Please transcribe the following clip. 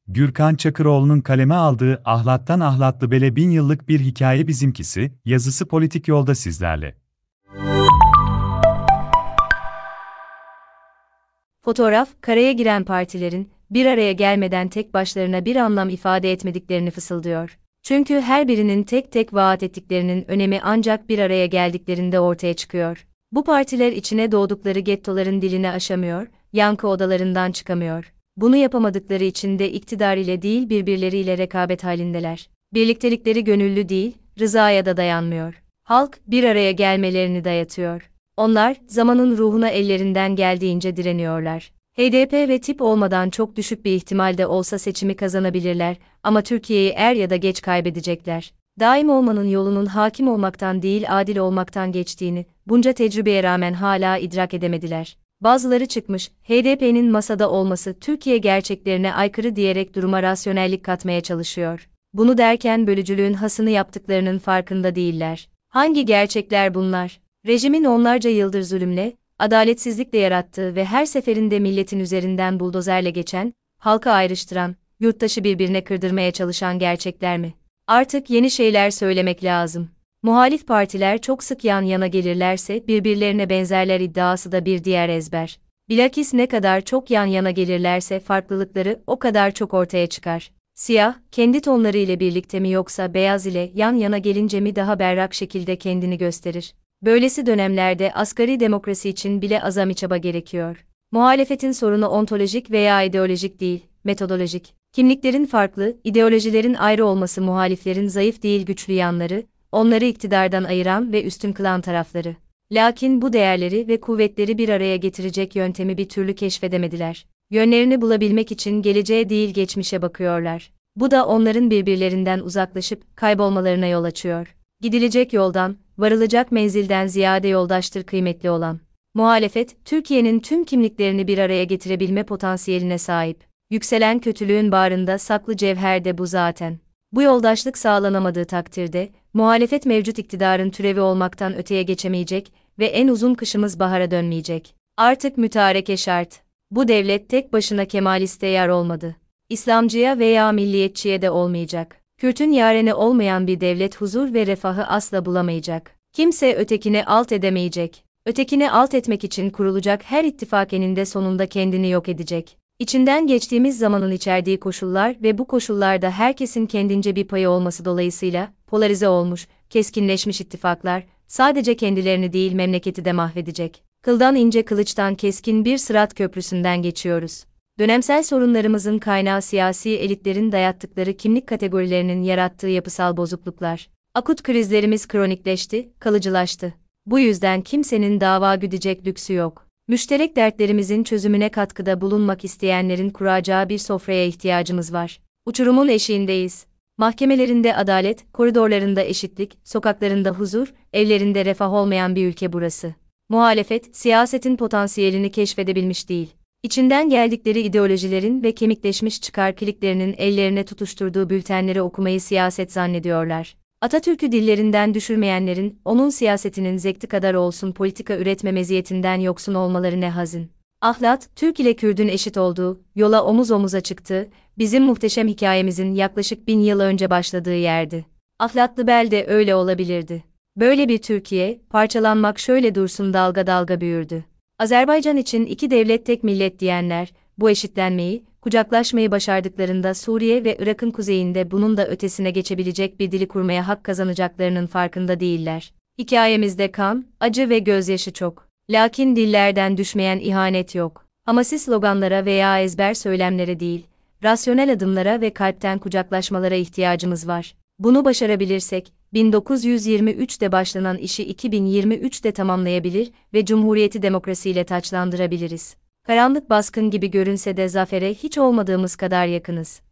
Gürkan Çakıroğlu'nun kaleme aldığı Ahlattan Ahlatlı Bele 1000 yıllık bir hikaye bizimkisi, yazısı politik yolda sizlerle. Fotoğraf, karaya giren partilerin, bir araya gelmeden tek başlarına bir anlam ifade etmediklerini fısıldıyor. Çünkü her birinin tek tek vaat ettiklerinin önemi ancak bir araya geldiklerinde ortaya çıkıyor. Bu partiler içine doğdukları gettoların dilini aşamıyor, yankı odalarından çıkamıyor. Bunu yapamadıkları için de iktidar ile değil birbirleriyle rekabet halindeler. Birliktelikleri gönüllü değil, rızaya da dayanmıyor. Halk, bir araya gelmelerini dayatıyor. Onlar, zamanın ruhuna ellerinden geldiğince direniyorlar. HDP ve tip olmadan çok düşük bir ihtimalde olsa seçimi kazanabilirler ama Türkiye'yi er ya da geç kaybedecekler. Daim olmanın yolunun hakim olmaktan değil adil olmaktan geçtiğini, bunca tecrübeye rağmen hala idrak edemediler. Bazıları çıkmış, HDP'nin masada olması Türkiye gerçeklerine aykırı diyerek duruma rasyonellik katmaya çalışıyor. Bunu derken bölücülüğün hasını yaptıklarının farkında değiller. Hangi gerçekler bunlar? Rejimin onlarca yıldır zulümle, adaletsizlikle yarattığı ve her seferinde milletin üzerinden buldozerle geçen, halkı ayrıştıran, yurttaşı birbirine kırdırmaya çalışan gerçekler mi? Artık yeni şeyler söylemek lazım. Muhalif partiler çok sık yan yana gelirlerse birbirlerine benzerler iddiası da bir diğer ezber. Bilakis ne kadar çok yan yana gelirlerse farklılıkları o kadar çok ortaya çıkar. Siyah, kendi tonları ile birlikte mi yoksa beyaz ile yan yana gelince mi daha berrak şekilde kendini gösterir? Böylesi dönemlerde asgari demokrasi için bile azami çaba gerekiyor. Muhalefetin sorunu ontolojik veya ideolojik değil, metodolojik. Kimliklerin farklı, ideolojilerin ayrı olması muhaliflerin zayıf değil güçlü yanları, onları iktidardan ayıran ve üstün kılan tarafları. Lakin bu değerleri ve kuvvetleri bir araya getirecek yöntemi bir türlü keşfedemediler. Yönlerini bulabilmek için geleceğe değil geçmişe bakıyorlar. Bu da onların birbirlerinden uzaklaşıp kaybolmalarına yol açıyor. Gidilecek yoldan, varılacak menzilden ziyade yoldaştır kıymetli olan. Muhalefet, Türkiye'nin tüm kimliklerini bir araya getirebilme potansiyeline sahip. Yükselen kötülüğün bağrında saklı cevher de bu zaten. Bu yoldaşlık sağlanamadığı takdirde, muhalefet mevcut iktidarın türevi olmaktan öteye geçemeyecek ve en uzun kışımız bahara dönmeyecek. Artık mütareke şart. Bu devlet tek başına Kemaliste yar olmadı. İslamcıya veya milliyetçiye de olmayacak. Kürt'ün yareni olmayan bir devlet huzur ve refahı asla bulamayacak. Kimse ötekini alt edemeyecek. Ötekini alt etmek için kurulacak her ittifak eninde sonunda kendini yok edecek. İçinden geçtiğimiz zamanın içerdiği koşullar ve bu koşullarda herkesin kendince bir payı olması dolayısıyla polarize olmuş, keskinleşmiş ittifaklar sadece kendilerini değil memleketi de mahvedecek. Kıldan ince kılıçtan keskin bir sırat köprüsünden geçiyoruz. Dönemsel sorunlarımızın kaynağı siyasi elitlerin dayattıkları kimlik kategorilerinin yarattığı yapısal bozukluklar. Akut krizlerimiz kronikleşti, kalıcılaştı. Bu yüzden kimsenin dava güdecek lüksü yok. Müşterek dertlerimizin çözümüne katkıda bulunmak isteyenlerin kuracağı bir sofraya ihtiyacımız var. Uçurumun eşiğindeyiz. Mahkemelerinde adalet, koridorlarında eşitlik, sokaklarında huzur, evlerinde refah olmayan bir ülke burası. Muhalefet, siyasetin potansiyelini keşfedebilmiş değil. İçinden geldikleri ideolojilerin ve kemikleşmiş çıkar kliklerinin ellerine tutuşturduğu bültenleri okumayı siyaset zannediyorlar. Atatürk'ü dillerinden düşürmeyenlerin, onun siyasetinin zevki kadar olsun politika üretme meziyetinden yoksun olmaları ne hazin. Ahlat, Türk ile Kürdün eşit olduğu, yola omuz omuza çıktığı, bizim muhteşem hikayemizin yaklaşık 1000 yıl önce başladığı yerdi. Ahlatlı bel de öyle olabilirdi. Böyle bir Türkiye, parçalanmak şöyle dursun dalga dalga büyürdü. Azerbaycan için iki devlet tek millet diyenler, bu eşitlenmeyi, kucaklaşmayı başardıklarında Suriye ve Irak'ın kuzeyinde bunun da ötesine geçebilecek bir dili kurmaya hak kazanacaklarının farkında değiller. Hikayemizde kan, acı ve gözyaşı çok. Lakin dillerden düşmeyen ihanet yok. Hamasi sloganlara veya ezber söylemlere değil, rasyonel adımlara ve kalpten kucaklaşmalara ihtiyacımız var. Bunu başarabilirsek, 1923'te başlanan işi 2023'te tamamlayabilir ve Cumhuriyeti demokrasiyle taçlandırabiliriz. Karanlık baskın gibi görünse de zafere hiç olmadığımız kadar yakınız.